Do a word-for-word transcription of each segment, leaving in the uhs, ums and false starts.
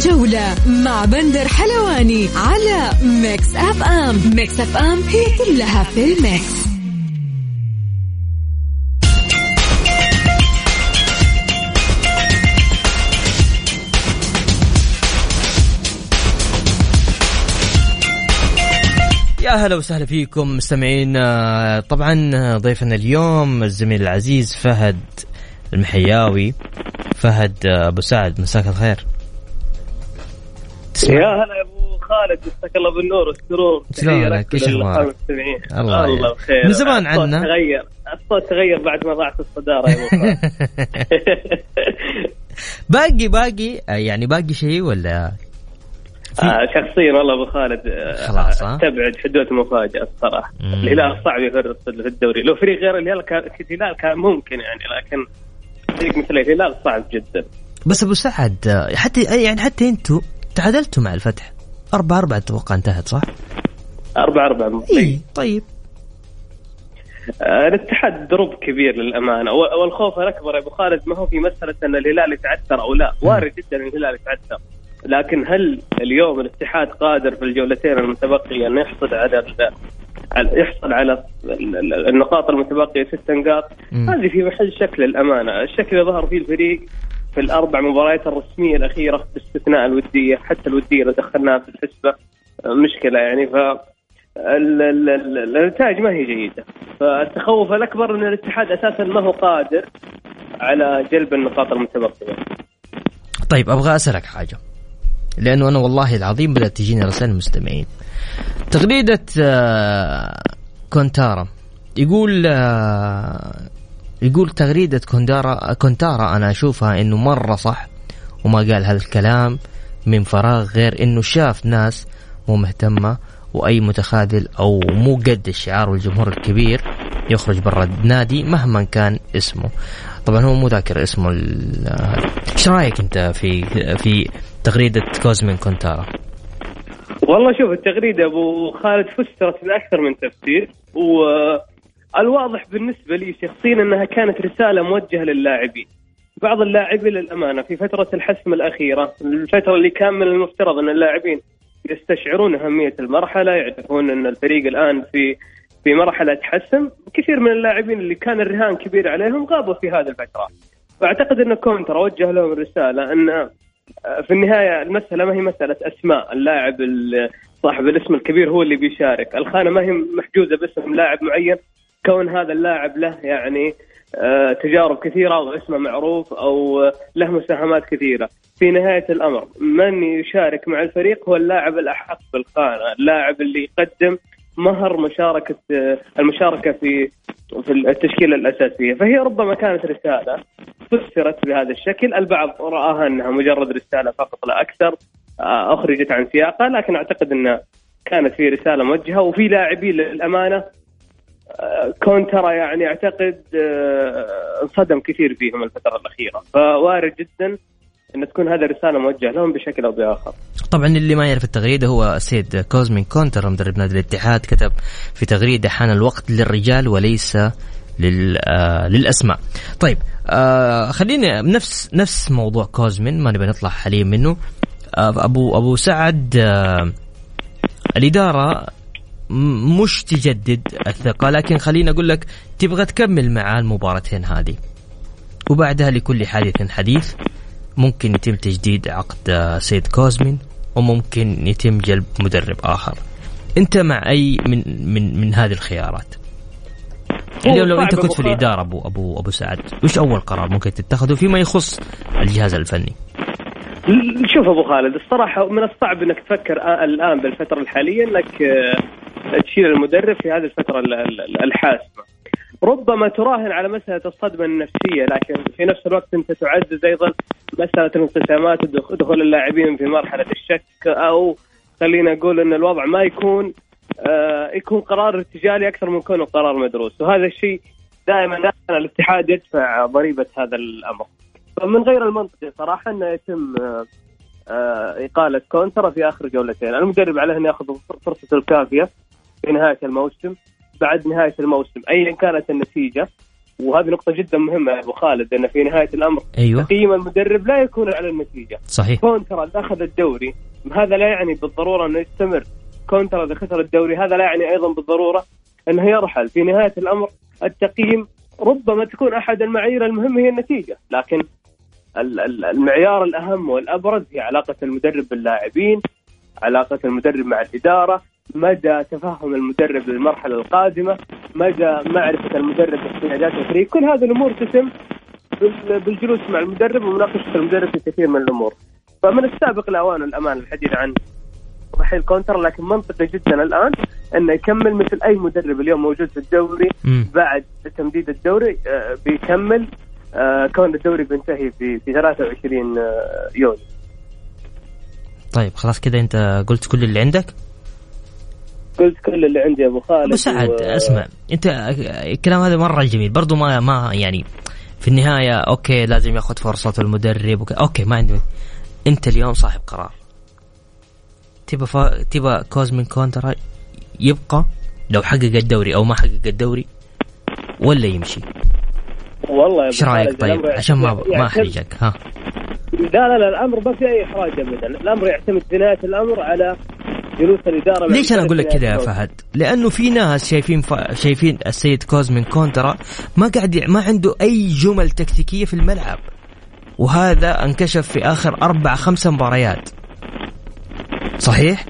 الجولة مع بندر حلواني على ميكس أف أم. ميكس أف أم هي كلها في الميكس. يا هلا وسهلا فيكم مستمعين. طبعا ضيفنا اليوم الزميل العزيز فهد المحياوي. فهد أبو سعد، مساك الخير. يا هلا يا أبو خالد، مساك الله بالنور والسرور. شلونك؟ ايش اخبارك؟ الله, الله بخير. من زمان عنا تغير الصوت، تغير بعد ما ضاعت الصدارة يا أبو خالد. باقي باقي يعني باقي شيء ولا؟ آه شخصيا والله أبو خالد خلاص تبعد حدود المفاجأة الصراحة. الهلال صعب يفرط في الدوري، لو فريق غير الهلال كان الهلال كان ممكن يعني، لكن فريق مثل الهلال صعب جدا. بس أبو سعد حتى يعني حتى أنتوا تعادلتوا مع الفتح أربعة أربعة، أتوقع انتهت صح؟ أربعة أربعة. إيه طيب. آه الاتحاد ضرب كبير للأمانة، والخوف الأكبر يا أبو خالد ما هو في مسألة أن الهلال يتعثر أو لا، وارد جدا أن الهلال يتعثر، لكن هل اليوم الاتحاد قادر في الجولتين المتبقية أن يحصل على يحصل على النقاط المتبقية ست نقاط؟ هذه في محل شكل الأمانة. الشكل اللي ظهر فيه الفريق في الأربع مباريات الرسمية الأخيرة باستثناء الودية، حتى الودية اللي دخلناها في الحسبة مشكلة يعني، فالنتائج ما هي جيدة. فالتخوف الأكبر أن الاتحاد أساسا ما هو قادر على جلب النقاط المتبقية. طيب أبغى أسألك حاجة، لأنه أنا والله العظيم بدأت تجيني رسائل المستمعين. تغريدة كونتارا يقول يقول تغريدة كونتارا كونتارا أنا أشوفها إنه مرة صح، وما قال هذا الكلام من فراغ، غير إنه شاف ناس مو مهتمة وأي متخاذل أو مو قد الشعار والجمهور الكبير يخرج برا النادي مهما كان اسمه. طبعا هو مو ذاكر اسمه. ايش رايك انت في في تغريده كوزمين كونتارا؟ والله شوف، التغريده ابو خالد فسرت باكثر من تفسير، والواضح بالنسبه لي شخصيا انها كانت رساله موجهه للاعبين. بعض اللاعبين للامانه في فتره الحسم الاخيره، الفتره اللي كان من المفترض ان اللاعبين يستشعرون اهميه المرحله، يعرفون ان الفريق الان في في مرحلة حسم، كثير من اللاعبين اللي كان الرهان كبير عليهم غابوا في هذه الفترة. فأعتقد أن كونتر وجه لهم رسالة أن في النهاية المسألة ما هي مسألة أسماء، اللاعب صاحب الاسم الكبير هو اللي بيشارك، الخانة ما هي محجوزة باسم لاعب معين، كون هذا اللاعب له يعني تجارب كثيرة واسمه معروف أو له مساهمات كثيرة. في نهاية الأمر من يشارك مع الفريق هو اللاعب الأحق بالخانة، اللاعب اللي يقدم مهر مشاركة المشاركة في في التشكيلة الأساسية. فهي ربما كانت رسالة فسرت بهذا الشكل، البعض رآها أنها مجرد رسالة فقط لا أكثر، أخرجت عن سياقها، لكن أعتقد أنها كانت في رسالة موجهة. وفي لاعبين للأمانة كونترا يعني أعتقد انصدم كثير فيهم الفترة الأخيرة، فوارد جدا أن تكون هذا رسالة موجهة لهم بشكل أو بآخر. طبعا اللي ما يعرف التغريدة هو السيد كوزمين كونتر مدرب نادي الاتحاد، كتب في تغريدة: حان الوقت للرجال وليس لل آه للأسماء. طيب آه خلينا نفس نفس موضوع كوزمين، ما نبي نطلع حاليا منه. آه أبو أبو سعد، آه الإدارة مش تجدد الثقة، لكن خلينا أقول لك تبغى تكمل مع المباراتين هذه، وبعدها لكل حادث حديث. ممكن يتم تجديد عقد سيد كوزمين، وممكن يتم جلب مدرب آخر. أنت مع أي من من من هذه الخيارات؟ اليوم لو أنت كنت في الإدارة أبو أبو أبو سعد، وش أول قرار ممكن تتخذه فيما يخص الجهاز الفني؟ شوف أبو خالد، الصراحة من الصعب أنك تفكر الآن بالفترة الحالية أنك تشيل المدرب في هذه الفترة الحاسمة. ربما تراهن على مسألة الصدمة النفسية، لكن في نفس الوقت أنت تعزز أيضا مسألة الانقسامات ودخول اللاعبين في مرحلة الشك، أو خلينا نقول أن الوضع ما يكون آه يكون قرار ارتجالي أكثر من كونه قرار مدروس. وهذا الشيء دائما الاتحاد يدفع ضريبة هذا الأمر. فمن غير المنطقي صراحة أنه يتم آه آه إقالة كونترا في آخر جولتين. المدرب عليه أن يأخذ فرصته الكافية في نهاية الموسم، بعد نهاية الموسم أيا كانت النتيجة، وهذه نقطة جدا مهمة يا أبو خالد، أن في نهاية الأمر أيوة. تقييم المدرب لا يكون على النتيجة. صحيح. كونترا أخذ الدوري، هذا لا يعني بالضرورة أنه يستمر. كونترا إذا خسر الدوري هذا لا يعني أيضا بالضرورة أنه يرحل. في نهاية الأمر التقييم ربما تكون أحد المعايير المهمة هي النتيجة، لكن المعيار الأهم والأبرز هي علاقة المدرب باللاعبين، علاقة المدرب مع الإدارة، مدى تفهم المدرب للمرحلة القادمة، مدى معرفة المدرب باحتياجات الفريق. كل هذه الأمور تتم بالجلوس مع المدرب ومناقشة المدرب في كثير من الأمور. فمن السابق الأوان الأمان الحديث عن رحيل كونتر، لكن منطقي جدا الآن أنه يكمل مثل أي مدرب اليوم موجود في الدوري. م. بعد تمديد الدوري بيكمل، كون الدوري بينتهي في في ثلاثة وعشرين يونيو. طيب خلاص كده أنت قلت كل اللي عندك؟ قلت كل اللي عندي يا أبو خالد. أبو سعد و... اسمع أنت الكلام هذا مرة جميل برضو، ما ما يعني في النهاية أوكي لازم يأخذ فرصة المدرب وك... أوكي ما عندي. أنت اليوم صاحب قرار، تبى فا... تبى كوزمين كونترا يبقى لو حقق الدوري أو ما حقق الدوري ولا يمشي؟ والله ايش رايك؟ طيب عشان ما ما احرجك. ها لا لا لا الامر ما في اي احراج ابدا، الامر يعتمد في نهايه الامر على جلوس الاداره. ليش انا اقول لك كذا يا فهد؟ لانه في ناس شايفين ف... شايفين السيد كوزمين كونترا ما قاعد ي... ما عنده اي جمل تكتيكيه في الملعب، وهذا انكشف في اخر اربع خمس مباريات. صحيح؟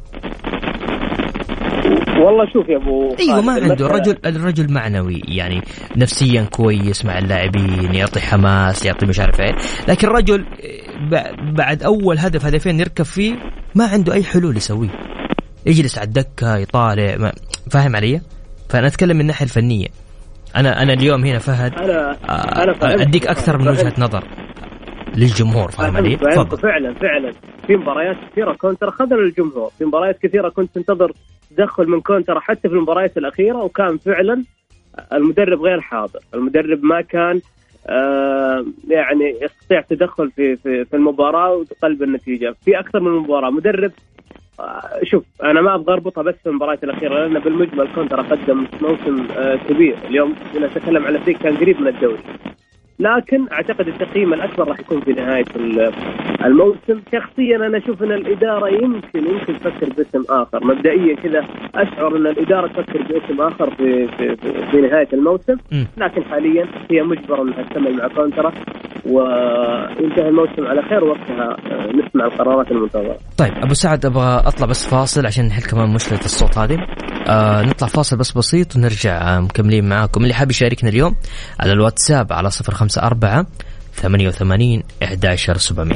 والله شوف يا ابو ايوه ما عنده الرجل الرجل معنوي، يعني نفسيا كويس مع اللاعبين، يعطي حماس، يعطي مش عارف ايه، لكن الرجل بعد اول هدف هدفين يركب فيه ما عنده اي حلول يسويه، يجلس على الدكه يطالع ما فاهم علي. فانا اتكلم من الناحيه الفنيه. انا انا اليوم هنا فهد انا انا اديك اكثر من وجهه نظر للجمهور، فاهم علي؟ تفضل. فعلا فعلا في مباريات كثيره كونتر خذل الجمهور، في مباريات كثيره كنت تنتظر تدخل من كونتر حتى في المباريات الأخيرة، وكان فعلا المدرب غير حاضر، المدرب ما كان آه يعني يستطيع تدخل في في في المباراة وقلب النتيجة في أكثر من مباراة. مدرب آه شوف أنا ما أبغى أربطها بس في المباريات الأخيرة، لأن بالمجمل كونتر قدم موسم آه كبير. اليوم نتكلم على فريق كان قريب من الدوري، لكن أعتقد التقييم الأكبر راح يكون في نهاية الموسم. شخصيا أنا أشوف أن الإدارة يمكن يمكن تفكر باسم آخر. مبدئيا كذا أشعر أن الإدارة تفكر باسم آخر في في في, في نهاية الموسم، لكن حاليا هي مجبرة أنها تكمل مع كونترا وينتهي الموسم على خير، وقتها نسمع القرارات المنتظرة. طيب أبو سعد أبغى أطلع بس فاصل عشان نحل كمان مشكلة الصوت هذه. آه نطلع فاصل بس بسيط ونرجع مكملين معاكم. اللي حاب يشاركنا اليوم على الواتساب على صفر خمسة أربعة ثمانية وثمانين أحد عشر سبعمية.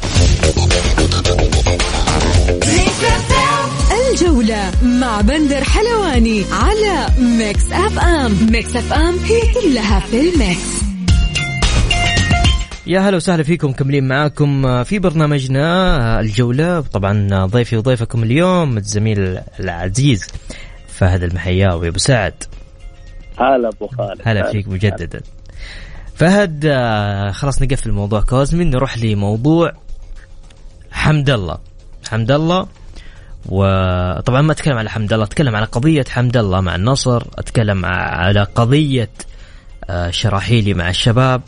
الجولة مع بندر حلواني على ميكس أف أم. ميكس أف أم هي كلها في الميكس. يا هلا وسهلا فيكم، كملين معاكم في برنامجنا الجولة. طبعا ضيفي وضيفكم اليوم الزميل العزيز فهد المحياوي. أبو سعد هلا أبو خالد. هلا فيك مجددا فهد. خلاص نقفل موضوع كوزمين، نروح لموضوع حمد الله. حمد الله، وطبعا ما أتكلم على حمد الله، أتكلم على قضية حمد الله مع النصر، أتكلم على قضية شراحيلي مع الشباب.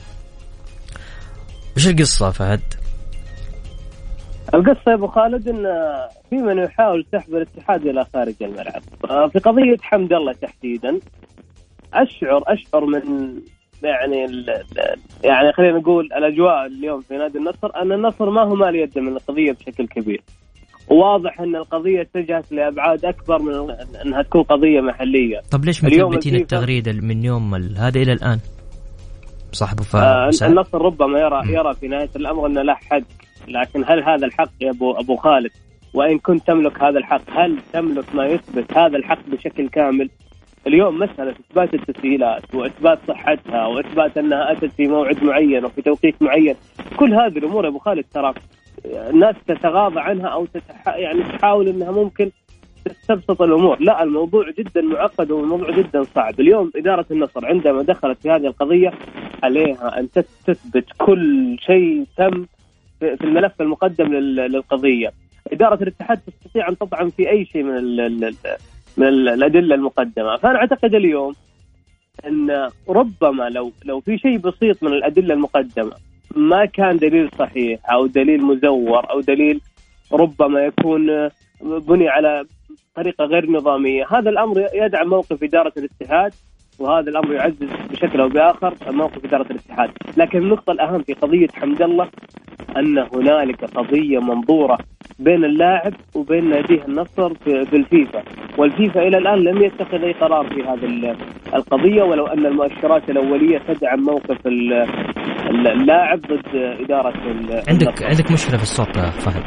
وش القصة فهد؟ القصة يا أبو خالد إن في من يحاول سحب الاتحاد إلى خارج الملعب. في قضية حمد الله تحديدا أشعر أشعر من يعني يعني خلينا نقول الأجواء اليوم في نادي النصر أن النصر ما هو مال يده من القضية بشكل كبير. وواضح أن القضية اتجهت لأبعاد أكبر من أنها تكون قضية محلية. طب ليش مثبتين التغريدة من يوم هذا إلى الآن؟ صاحبه آه النصر ربما يرى م. يرى في نهاية الأمر أنه له حق، لكن هل هذا الحق يا أبو أبو خالد؟ وإن كنت تملك هذا الحق هل تملك ما يثبت هذا الحق بشكل كامل؟ اليوم مسألة إثبات التسجيلات وإثبات صحتها وإثبات أنها أتت في موعد معين وفي توقيت معين، كل هذه الأمور يا أبو خالد ترى الناس تتغاضى عنها أو تتح... يعني تحاول أنها ممكن تستبسط الأمور. لا، الموضوع جدا معقد والموضوع جدا صعب. اليوم إدارة النصر عندما دخلت في هذه القضية عليها أن تثبت كل شيء تم في الملف المقدم للقضية. إدارة الاتحاد تستطيع أن تطعن في أي شيء من ال من الأدلة المقدمة. فأنا أعتقد اليوم أن ربما لو لو في شيء بسيط من الأدلة المقدمة ما كان دليل صحيح أو دليل مزور أو دليل ربما يكون بني على طريقة غير نظامية، هذا الأمر يدعم موقف إدارة الاتحاد، وهذا الأمر يعزز بشكل أو بآخر موقف إدارة الاتحاد. لكن النقطة الأهم في قضية حمد الله أن هنالك قضية منظورة بين اللاعب وبين ناديه النصر في الفيفا، والفيفا إلى الآن لم يتخذ أي قرار في هذه القضية، ولو أن المؤشرات الأولية تدعم موقف اللاعب ضد إدارة عندك النصر. عندك مشكلة في الصوت فهد.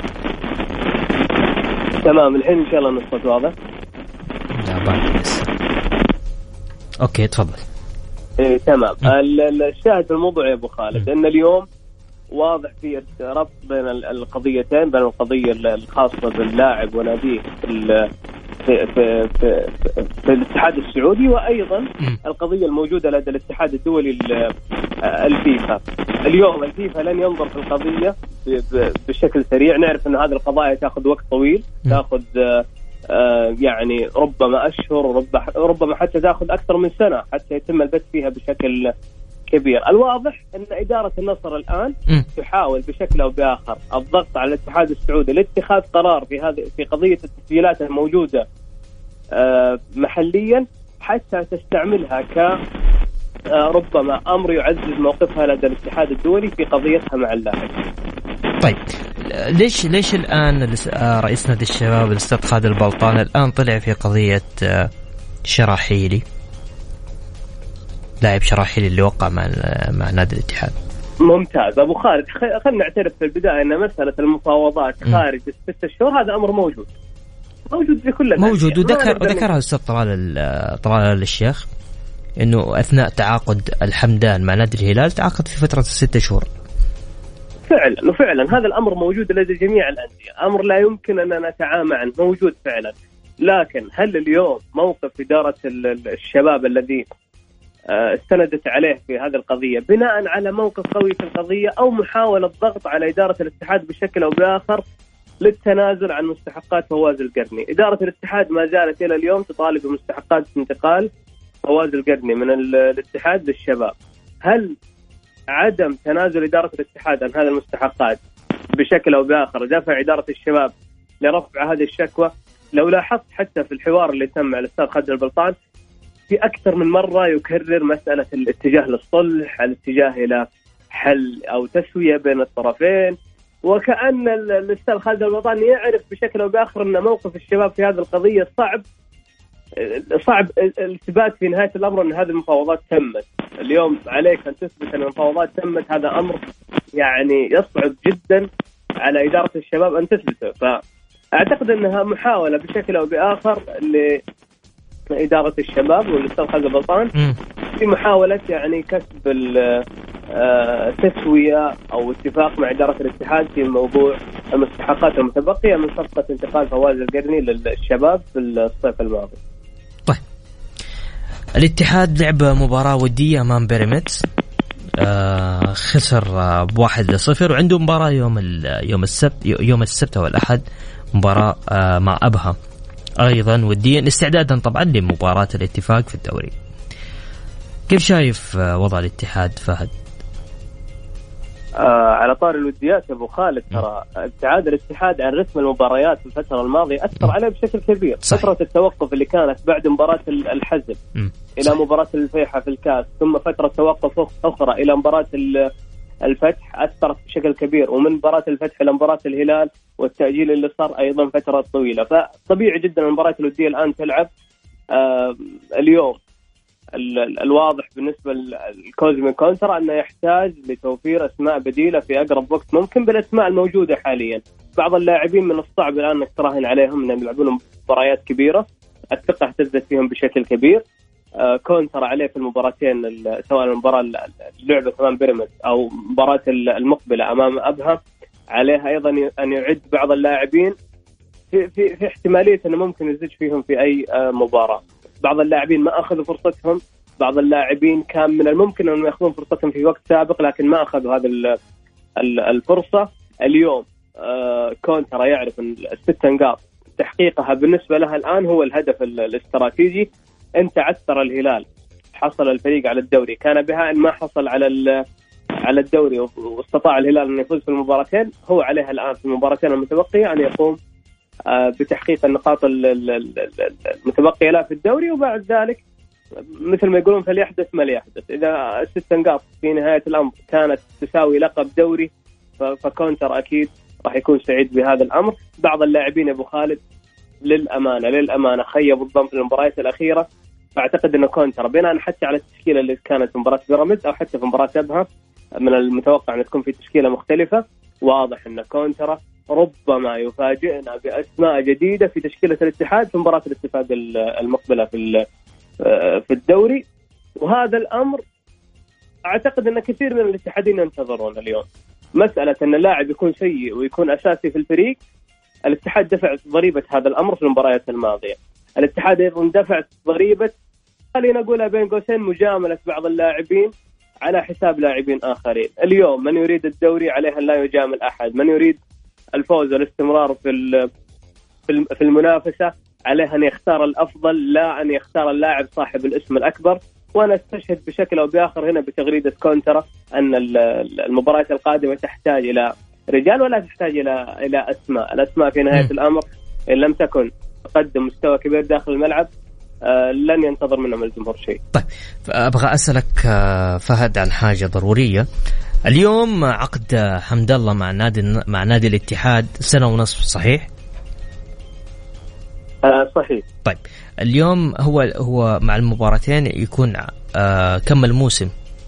تمام الحين إن شاء الله الصوت واضح. لا بعد بس. أوكي تفضل. إيه تمام. الشاهد في الموضوع يا أبو خالد أن اليوم واضح في ربط بين القضيتين، بين القضية الخاصة باللاعب وناديه في في في, في, في الاتحاد السعودي، وأيضا القضية الموجودة لدى الاتحاد الدولي الفيفا. اليوم الفيفا لن ينظر في القضية بشكل سريع، نعرف أن هذه القضايا تأخذ وقت طويل، تأخذ يعني ربما أشهر، ربما حتى تأخذ أكثر من سنة حتى يتم البث فيها بشكل كبير. الواضح أن إدارة النصر الآن م. تحاول بشكل أو بآخر الضغط على الاتحاد السعودي لاتخاذ قرار في هذه في قضية التسجيلات الموجودة محليا، حتى تستعملها ك ربما أمر يعزز موقفها لدى الاتحاد الدولي في قضيتها مع اللاعب. طيب ليش ليش الآن رئيس نادي الشباب الأستاذ خالد البلطان الآن طلع في قضية شراحيلي، لاعب شراحيلي اللي وقع مع مع نادي الاتحاد؟ ممتاز أبو خالد. خلينا نعترف في البداية أن مسألة المفاوضات خارج الست شهور هذا أمر موجود موجود في كل موجود، وذكر وذكرها الأستاذ طلال طلال الشيخ إنه أثناء تعاقد الحمدان مع نادي الهلال تعاقد في فترة ستة شهور. فعلا وفعلا هذا الأمر موجود لدى جميع الأندية، أمر لا يمكن أن نتعامى عنه، موجود فعلا. لكن هل اليوم موقف إدارة الشباب الذي استندت عليه في هذه القضية بناء على موقف قوي في القضية، أو محاولة ضغط على إدارة الاتحاد بشكل أو بآخر للتنازل عن مستحقات فواز القرني؟ إدارة الاتحاد ما زالت إلى اليوم تطالب بمستحقات انتقال فواز القرني من الاتحاد للشباب. هل عدم تنازل إدارة الاتحاد عن هذه المستحقات بشكل أو بآخر دفع إدارة الشباب لرفع هذه الشكوى؟ لو لاحظت حتى في الحوار اللي تم مع الأستاذ خالد البلطان في أكثر من مرة يكرر مسألة الاتجاه للصلح، الاتجاه إلى حل أو تسوية بين الطرفين، وكأن الأستاذ خالد البلطان يعرف بشكل أو بآخر أن موقف الشباب في هذه القضية صعب صعب الثبات في نهاية الأمر أن هذه المفاوضات تمت. اليوم عليك أن تثبت أن المفاوضات تمت، هذا أمر يعني يصعب جدا على إدارة الشباب أن تثبته. فأعتقد أنها محاولة بشكل أو بآخر لإدارة الشباب والأستاذ خالد البلطان في محاولة يعني كسب التسوية أو اتفاق مع إدارة الاتحاد في موضوع المستحقات المتبقية من صفقة انتقال فواز القرني للشباب في الصيف الماضي. طيب الاتحاد لعب مباراة ودية أمام بيراميدز، آه خسر آه بواحد لصفر، وعنده مباراة يوم يوم السبت يوم السبت والأحد مباراة آه مع أبها أيضا وديا، استعدادا طبعا لمباراة الاتفاق في الدوري. كيف شايف آه وضع الاتحاد فهد؟ آه على طار الوديات يا أبو خالد، ترى ابتعاد الاتحاد عن رسم المباريات في الفترة الماضية أثر عليه بشكل كبير. صحيح. فترة التوقف اللي كانت بعد مباراة الحزم إلى صحيح. مباراة الفيحة في الكاس، ثم فترة توقف أخرى إلى مباراة الفتح أثرت بشكل كبير، ومن مباراة الفتح إلى مباراة الهلال والتأجيل اللي صار أيضا فترة طويلة. فطبيعي جدا المباراة الودية الآن تلعب. آه اليوم الواضح بالنسبة للكوزمين كونترا أنه يحتاج لتوفير أسماء بديلة في أقرب وقت ممكن بالأسماء الموجودة حاليا. بعض اللاعبين من الصعب الآن أنك تراهن عليهم أنهم يلعبون مباريات كبيرة، الثقة اهتزت فيهم بشكل كبير. آه كونترا عليه في المباراتين، سواء المباراة اللعبة أمام بيراميدز أو مباراة المقبلة أمام أبها، عليها أيضا أن يعد بعض اللاعبين في, في, في احتمالية أنه ممكن يزج فيهم في أي آه مباراة. بعض اللاعبين ما أخذوا فرصتهم، بعض اللاعبين كان من الممكن أن يأخذون فرصتهم في وقت سابق لكن ما أخذوا هذه الفرصة. اليوم آه كونترا يعرف أن الست نقاط تحقيقها بالنسبة لها الآن هو الهدف الاستراتيجي. أنت عثر الهلال حصل الفريق على الدوري، كان بها إن ما حصل على على الدوري واستطاع الهلال أن يفوز في المباراتين، هو عليها الآن في المباراتين المتبقية أن يقوم بتحقيق النقاط المتبقية له في الدوري، وبعد ذلك مثل ما يقولون فليحدث ما ليحدث. إذا الست نقاط في نهاية الأمر كانت تساوي لقب دوري فكونتر أكيد راح يكون سعيد بهذا الأمر. بعض اللاعبين أبو خالد للأمانة للأمانة خيبوا الضم في المباريات الأخيرة، فأعتقد أنه كونتر بناء حتى على التشكيلة اللي كانت في مباراة بيراميدز أو حتى في مباراة أبها من المتوقع أن تكون في تشكيلة مختلفة. واضح أن كونتر ربما يفاجئنا بأسماء جديدة في تشكيلة الاتحاد في مباراة الاتفاق المقبلة في في الدوري، وهذا الأمر أعتقد أن كثير من الاتحادين ينتظرون اليوم. مسألة أن اللاعب يكون سيء ويكون أساسي في الفريق، الاتحاد دفع ضريبة هذا الأمر في المباريات الماضية. الاتحاد أيضا دفع ضريبة خلينا نقولها بين قوسين مجاملة بعض اللاعبين على حساب لاعبين آخرين. اليوم من يريد الدوري عليه أن لا يجامل أحد، من يريد الفوز والاستمرار في في المنافسة عليه أن يختار الأفضل لا أن يختار اللاعب صاحب الاسم الأكبر. وأنا استشهد بشكل أو بآخر هنا بتغريدة كونترا أن المباريات القادمة تحتاج إلى رجال ولا تحتاج إلى إلى أسماء. الأسماء في نهاية م. الأمر إن لم تكن تقدم مستوى كبير داخل الملعب آه لن ينتظر منهم الجمهور شيء. طيب أبغى أسألك آه فهد عن حاجة ضرورية. اليوم عقد حمد الله مع نادي مع نادي الاتحاد سنة ونصف صحيح؟ آه صحيح. طيب اليوم هو هو مع المباراتين يكون آه كمل موسم.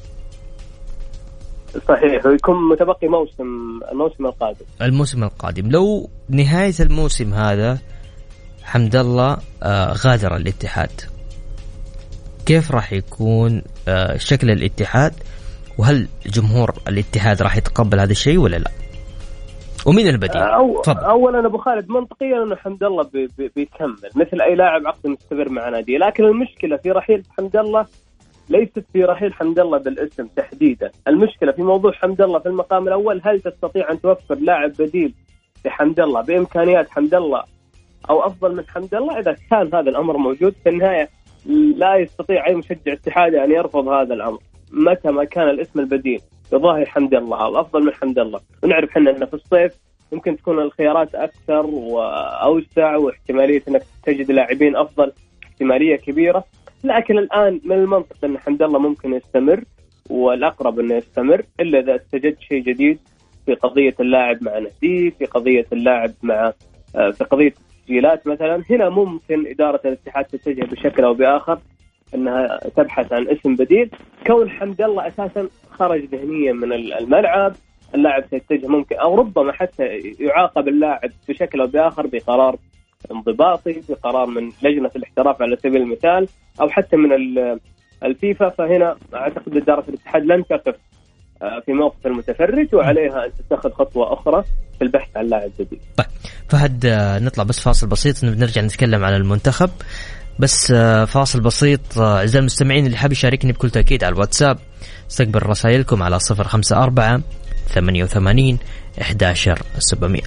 صحيح، ويكون متبقي موسم الموسم القادم. الموسم القادم لو نهاية الموسم هذا حمد الله آه غادر الاتحاد، كيف راح يكون آه شكل الاتحاد؟ وهل جمهور الاتحاد راح يتقبل هذا الشيء ولا لا؟ ومين البديل؟ أو أولا أبو خالد منطقيا أنه حمد الله بي بي بيكمل مثل أي لاعب عقد مستمر مع ناديه، لكن المشكلة في رحيل حمد الله ليست في رحيل حمد الله بالاسم تحديدا، المشكلة في موضوع حمد الله في المقام الأول. هل تستطيع أن توفر لاعب بديل لحمد الله بإمكانيات حمد الله أو أفضل من حمد الله؟ إذا كان هذا الأمر موجود في النهاية لا يستطيع أي مشجع اتحادي أن يرفض هذا الأمر متى ما كان الاسم البديل يضاهي حمد الله أو أفضل من حمد الله. ونعرف حنا أن في الصيف ممكن تكون الخيارات أكثر وأوسع واحتمالية أنك تجد لاعبين أفضل احتمالية كبيرة، لكن الآن من المنطق أن حمد الله ممكن يستمر والأقرب أنه يستمر إلا إذا استجد شيء جديد في قضية اللاعب مع ناديه، في قضية اللاعب مع في قضية التسجيلات مثلا. هنا ممكن إدارة الاتحاد تتجه بشكل أو بآخر أنها تبحث عن اسم بديل. كون حمد الله أساسا خرج ذهنيا من الملعب، اللاعب سيتجه ممكن أو ربما حتى يعاقب اللاعب بشكل أو بآخر بقرار انضباطي، بقرار من لجنة الاحتراف على سبيل المثال، أو حتى من الفيفا. فهنا أعتقد إدارة الاتحاد لن تقف في موقف المتفرج وعليها أن تتخذ خطوة أخرى في البحث عن لاعب جديد. طيب فهد نطلع بس فاصل بسيط نرجع نتكلم على المنتخب، بس فاصل بسيط. أعزائي المستمعين اللي حاب يشاركني بكل تأكيد على الواتساب استقبل رسائلكم على صفر خمسة أربعة ثمانية وثمانين أحد عشر سبعمائة.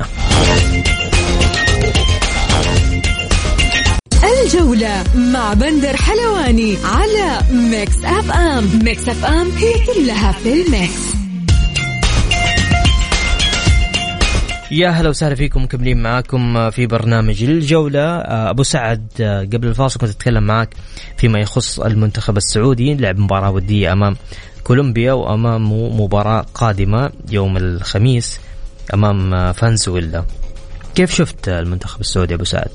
الجولة مع بندر حلواني على ميكس أف أم. ميكس أف أم هي كلها في الميكس. يا هلا وسهلا فيكم، مكملين معاكم في برنامج الجولة. أبو سعد قبل الفاصل كنت أتكلم معك فيما يخص المنتخب السعودي، لعب مباراة ودية أمام كولومبيا وأمام مباراة قادمة يوم الخميس أمام فنزويلا. كيف شفت المنتخب السعودي أبو سعد؟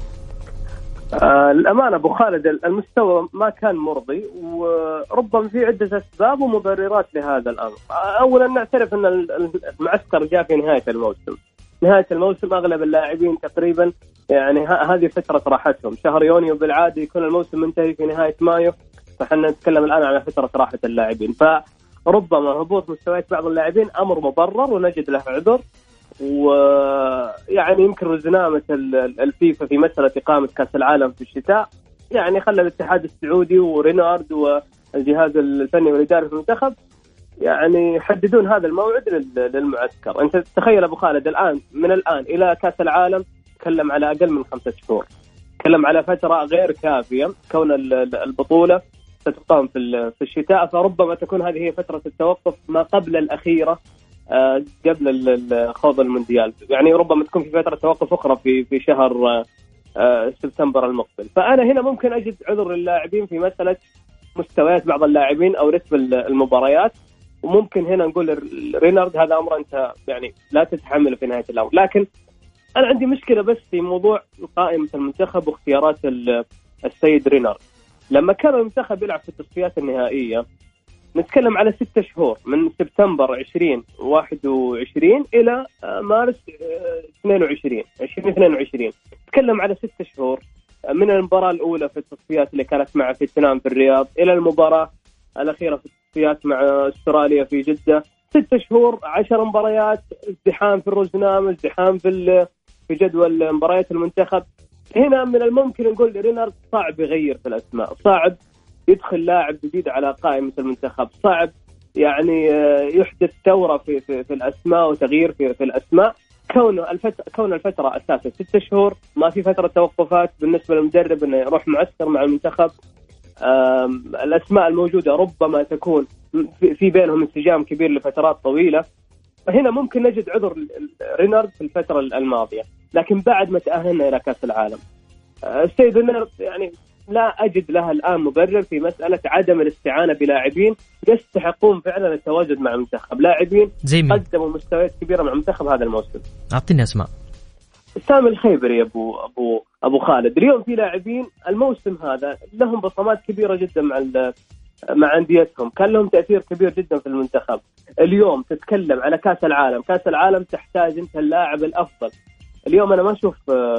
آه الأمانة أبو خالد المستوى ما كان مرضي، وربما في عدة أسباب ومبررات لهذا الأمر. أولا نعترف أن المعسكر جاء في نهاية الموسم، نهاية الموسم أغلب اللاعبين تقريبا يعني هذه فترة راحتهم، شهر يونيو بالعادة يكون الموسم منتهي في نهاية مايو، فحنا نتكلم الآن على فترة راحة اللاعبين، فربما هبوط مستويات بعض اللاعبين أمر مبرر ونجد له عذر. ويعني يمكن رزنامة الفيفا في مسألة إقامة كأس العالم في الشتاء يعني خلى الاتحاد السعودي ورينارد والجهاز الفني والإداري في المنتخب يعني يحددون هذا الموعد للمعسكر. أنت تخيل أبو خالد الآن من الآن إلى كأس العالم تكلم على أقل من خمسة شهور، تكلم على فترة غير كافية، كون البطولة ستقام في في الشتاء، فربما تكون هذه هي فترة التوقف ما قبل الأخيرة قبل خوض المونديال. يعني ربما تكون في فترة توقف أخرى في في شهر سبتمبر المقبل. فأنا هنا ممكن أجد عذر للاعبين في مسألة مستويات بعض اللاعبين أو رتب المباريات، وممكن هنا نقول رينارد هذا أمر أنت يعني لا تتحمله في نهاية الأمر. لكن أنا عندي مشكلة بس في موضوع قائمة المنتخب واختيارات السيد رينارد. لما كان المنتخب يلعب في التصفيات النهائية نتكلم على ستة شهور من سبتمبر عشرين واحد وعشرين إلى مارس اثنين وعشرين عشرين اثنين وعشرين، نتكلم على ستة شهور من المباراة الأولى في التصفيات اللي كانت مع فيتنام في الرياض إلى المباراة الأخيرة في التصفيات مع استراليا في جدة. ستة شهور، عشر مباريات، ازدحام في الروزنامة، ازدحام في في جدول مباريات المنتخب. هنا من الممكن نقول رينارد صعب يغير في الأسماء، صعب يدخل لاعب جديد على قائمة المنتخب، صعب يعني يحدث ثورة في في, في الأسماء وتغيير في, في الأسماء. كونه الفترة كون الفترة أساسا ستة شهور، ما في فترة توقفات بالنسبة للمدرب إنه يروح معسكر مع المنتخب. الأسماء الموجودة ربما تكون في بينهم انسجام كبير لفترات طويلة. هنا ممكن نجد عذر رينارد في الفترة الماضية، لكن بعد ما تأهلنا إلى كأس العالم السيد رينارد يعني لا أجد لها الآن مبرر في مسألة عدم الاستعانة بلاعبين يستحقون فعلا التواجد مع المنتخب، لاعبين قدموا مستويات كبيرة مع المنتخب هذا الموسم. أعطيني أسماء. سامي الخيبري يا أبو أبو أبو خالد. اليوم في لاعبين الموسم هذا لهم بصمات كبيرة جدا مع مع أنديتهم، كان لهم تأثير كبير جدا في المنتخب. اليوم تتكلم على كأس العالم، كأس العالم تحتاج أنت اللاعب الأفضل. اليوم أنا ما أشوف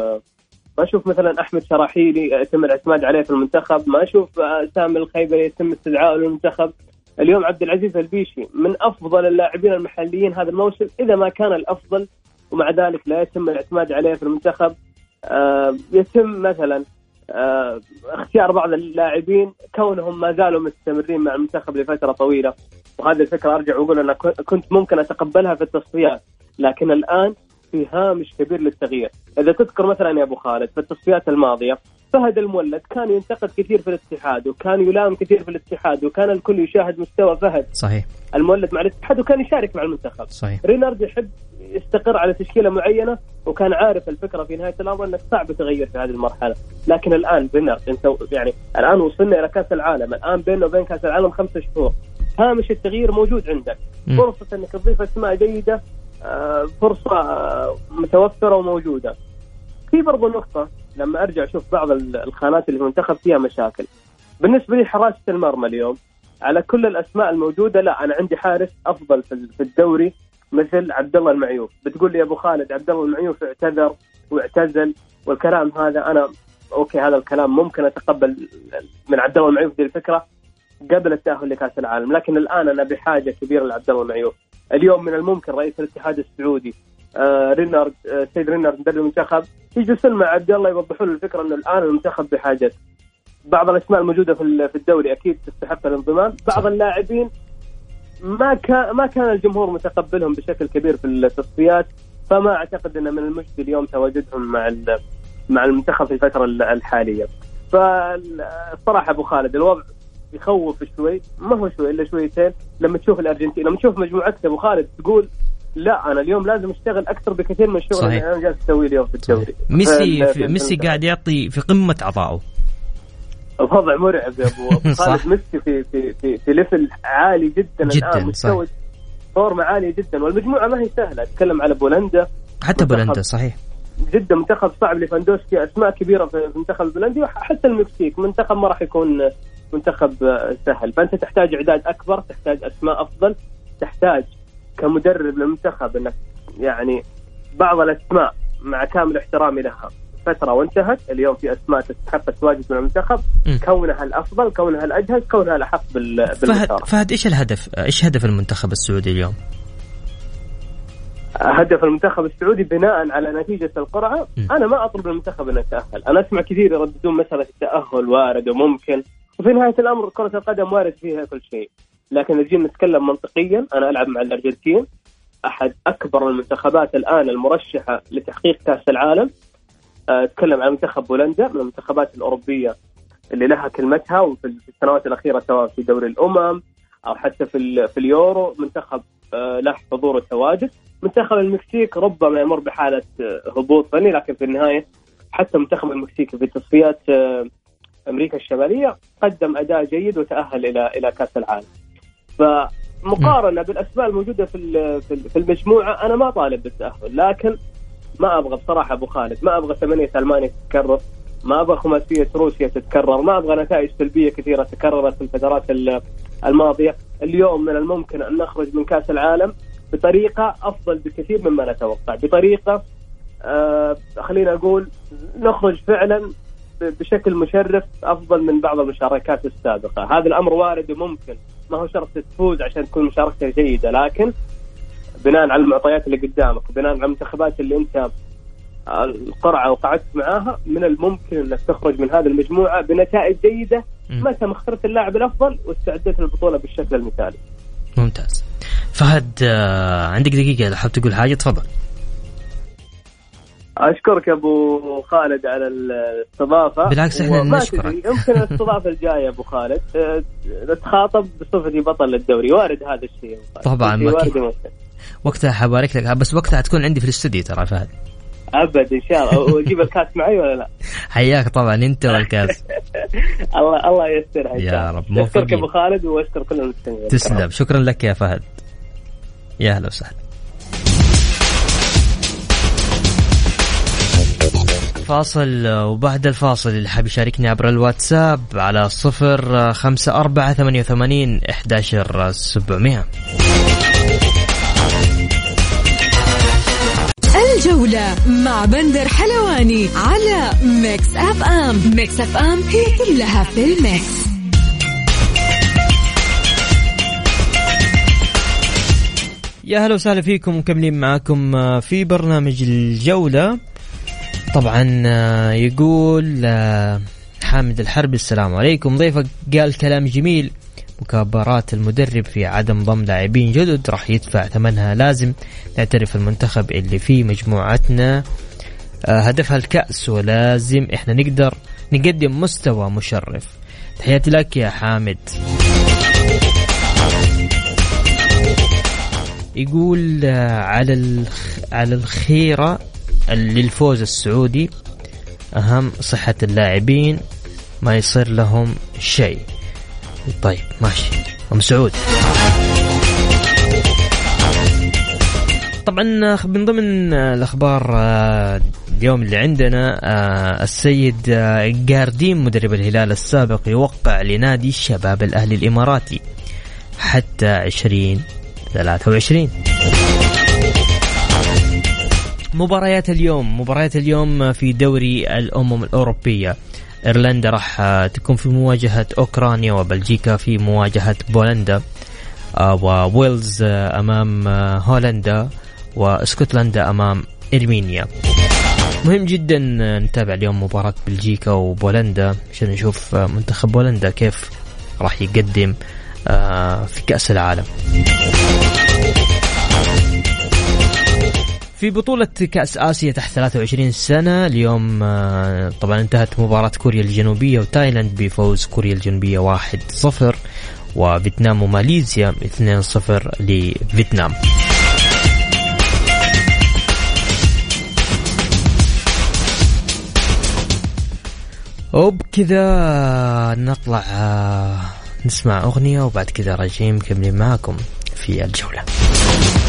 ما أشوف مثلا أحمد شراحيلي يتم الاعتماد عليه في المنتخب، ما أشوف سامي الخيبري يتم استدعائه للمنتخب. اليوم عبد العزيز البيشي من أفضل اللاعبين المحليين هذا الموسم إذا ما كان الأفضل، ومع ذلك لا يتم الاعتماد عليه في المنتخب. آه يتم مثلا آه اختيار بعض اللاعبين كونهم ما زالوا مستمرين مع المنتخب لفترة طويلة، وهذه الفكرة أرجع وأقول أنا كنت ممكن أتقبلها في التصفيات، لكن الآن في هامش كبير للتغيير. إذا تذكر مثلا يا أبو خالد في التصفيات الماضية فهد المولد كان ينتقد كثير في الاتحاد وكان يلام كثير في الاتحاد وكان الكل يشاهد مستوى فهد صحيح المولد مع الاتحاد وكان يشارك مع المنتخب صحيح. رينارد يحب يستقر على تشكيلة معينة وكان عارف الفكرة في نهاية الأمر أنك صعب تغير في هذه المرحلة. لكن الآن رينارد انت يعني الآن وصلنا إلى كأس العالم، الآن بيننا وبين كأس العالم خمسة شهور، هامش التغيير موجود عندك، م. فرصة أنك تضيف أسماء جيدة، فرصة متوفرة وموجودة. في برضو نقطة لما أرجع أشوف بعض الخانات اللي في المنتخب فيها مشاكل. بالنسبة لي حراسة المرمى اليوم على كل الأسماء الموجودة لا أنا عندي حارس أفضل في الدوري مثل عبد الله المعيوف. بتقول لي أبو خالد عبد الله المعيوف اعتذر واعتزل والكلام هذا، أنا أوكي هذا الكلام ممكن أتقبل من عبد الله المعيوف دي الفكرة قبل التأهل لكأس العالم، لكن الآن أنا بحاجة كبيرة لعبد الله المعيوف. اليوم من الممكن رئيس الاتحاد السعودي آه رينارد آه سيد رينارد مدرب المنتخب يجلسون مع عبد الله يوضحون الفكرة أنه الآن المنتخب بحاجة بعض الأسماء الموجودة في في الدوري أكيد تستحق الانضمام. بعض اللاعبين ما كان ما كان الجمهور متقبلهم بشكل كبير في التصفيات، فما أعتقد أن من المجدي اليوم تواجدهم مع مع المنتخب في الفترة الحالية. فالصراحة أبو خالد الوضع يخوف شوي، ما هو شوي إلا شويتين. لما تشوف الأرجنتين لما تشوف مجموعتك أبو خالد تقول لا أنا اليوم لازم أشتغل أكثر بكثير من الشغل اللي أنا جالس أسويه اليوم في الدوري. ميسي في ميسي قاعد يعطي في قمة عطائه، الوضع مرعب يا أبو خالد. ميسي في في في في ليفل عالي جدا, جداً الآن، مستوى فورمة عالية جدا، والمجموعة ما هي سهلة. أتكلم على بولندا، حتى بولندا صحيح جدا منتخب صعب، ليفاندوسكي أسماء كبيرة في المنتخب البولندي، وحتى المكسيك منتخب ما راح يكون منتخب سهل. فأنت تحتاج إعداد أكبر، تحتاج أسماء أفضل، تحتاج كمدرب للمنتخب أنك يعني بعض الأسماء مع كامل احترامي لها فترة وانتهت. اليوم في أسماء تستحق التواجد مع المنتخب، كونها الأفضل، كونها الأجهز، كونها الأحق بالمشاركة. فهد, فهد إيش الهدف؟ إيش هدف المنتخب السعودي اليوم؟ هدف المنتخب السعودي بناء على نتيجة القرعة. م. أنا ما أطلب المنتخب أن يتأهل، أنا أسمع كثير يرددون مسألة التأهل وارد وممكن، وفي نهاية الأمر كرة القدم وارد فيها كل شيء. لكن نجي نتكلم منطقيا، أنا ألعب مع الأرجنتين أحد أكبر المنتخبات الآن المرشحة لتحقيق كأس العالم. أتكلم عن منتخب بولندا من المنتخبات الأوروبية اللي لها كلمتها، وفي السنوات الأخيرة سواء في دوري الأمم أو حتى في في اليورو منتخب له حضور وتواجد. منتخب المكسيك ربما يمر بحالة هبوط فني، لكن في النهاية حتى منتخب المكسيك في تصفيات أمريكا الشمالية قدم أداء جيد وتأهل إلى إلى كأس العالم. فمقارنة بالأسماء الموجودة في في المجموعة أنا ما طالب بالتأهل، لكن ما أبغى بصراحة أبو خالد، ما أبغى ثمانية ألمانيا تتكرر، ما أبغى خماسية روسيا تتكرر، ما أبغى نتائج سلبية كثيرة تكررت في الفترات الماضية. اليوم من الممكن أن نخرج من كأس العالم بطريقة أفضل بكثير مما نتوقع، بطريقة آه خلينا أقول نخرج فعلا بشكل مشرف أفضل من بعض المشاركات السابقة. هذا الأمر وارد وممكن، ما هو شرط تفوز عشان تكون مشاركتك جيدة، لكن بناء على المعطيات اللي قدامك وبناء على المنتخبات اللي أنت القرعة وقعدت معاها من الممكن أنك تخرج من هذه المجموعة بنتائج جيدة متى ما اخترت اللاعب الأفضل واستعدت للبطولة بالشكل المثالي. ممتاز. فهد عندك دقيقة إذا حاب تقول حاجة تفضل. أشكرك أبو خالد على الاستضافة. بالعكس إحنا نشكرك. يمكن الاستضافة الجاية أبو خالد نتخاطب بصفتي بطل للدوري، وارد هذا الشيء طبعا وارد. وقتها حبارك لك، بس وقتها تكون عندي في الاستوديو ترى فهد. أبد إن شاء الله. وأجيب الكاس معي ولا لا؟ حياك طبعا أنت والكاس. الله الله يسترها يا رب. أشكرك أبو خالد وأشكر كل المستمعين. تسلم، شكرا لك يا فهد. يا هلا وسهلا. فاصل، وبعد الفاصل اللي حاب يشاركني عبر الواتساب على صفر خمسة أربعة ثمانية وثمانين إحدى عشر سبعمية. الجولة مع بندر حلواني على ميكس أف أم. ميكس أف أم هي كلها في الميكس. يا هلا وسهلا فيكم، مكملين معاكم في برنامج الجولة. طبعا يقول حامد الحرب السلام عليكم، ضيفك قال كلام جميل، مكابرات المدرب في عدم ضم لاعبين جدد راح يدفع ثمنها. لازم نعترف المنتخب اللي في مجموعتنا هدفها الكأس، ولازم احنا نقدر نقدم مستوى مشرف. تحياتي لك يا حامد. يقول على على الخيرة للفوز السعودي أهم صحة اللاعبين، ما يصير لهم شيء. طيب ماشي أم سعود. طبعا من ضمن الأخبار اليوم اللي عندنا السيد جارديم مدرب الهلال السابق يوقع لنادي الشباب الأهلي الإماراتي حتى عشرين ثلاثة وعشرين. مباريات اليوم مباريات اليوم في دوري الأمم الأوروبية. إيرلندا راح تكون في مواجهة أوكرانيا، وبلجيكا في مواجهة بولندا، وويلز أمام هولندا، واسكتلندا أمام إرمينيا. مهم جدا نتابع اليوم مباراة بلجيكا وبولندا عشان نشوف منتخب بولندا كيف راح يقدم في كأس العالم. في بطولة كأس آسيا تحت ثلاثة وعشرين سنة اليوم طبعا انتهت مباراة كوريا الجنوبية وتايلاند بفوز كوريا الجنوبية واحد صفر، وفيتنام وماليزيا اثنين صفر لفيتنام. وبكذا نطلع نسمع أغنية، وبعد كذا راجعين مكملين معكم في الجولة.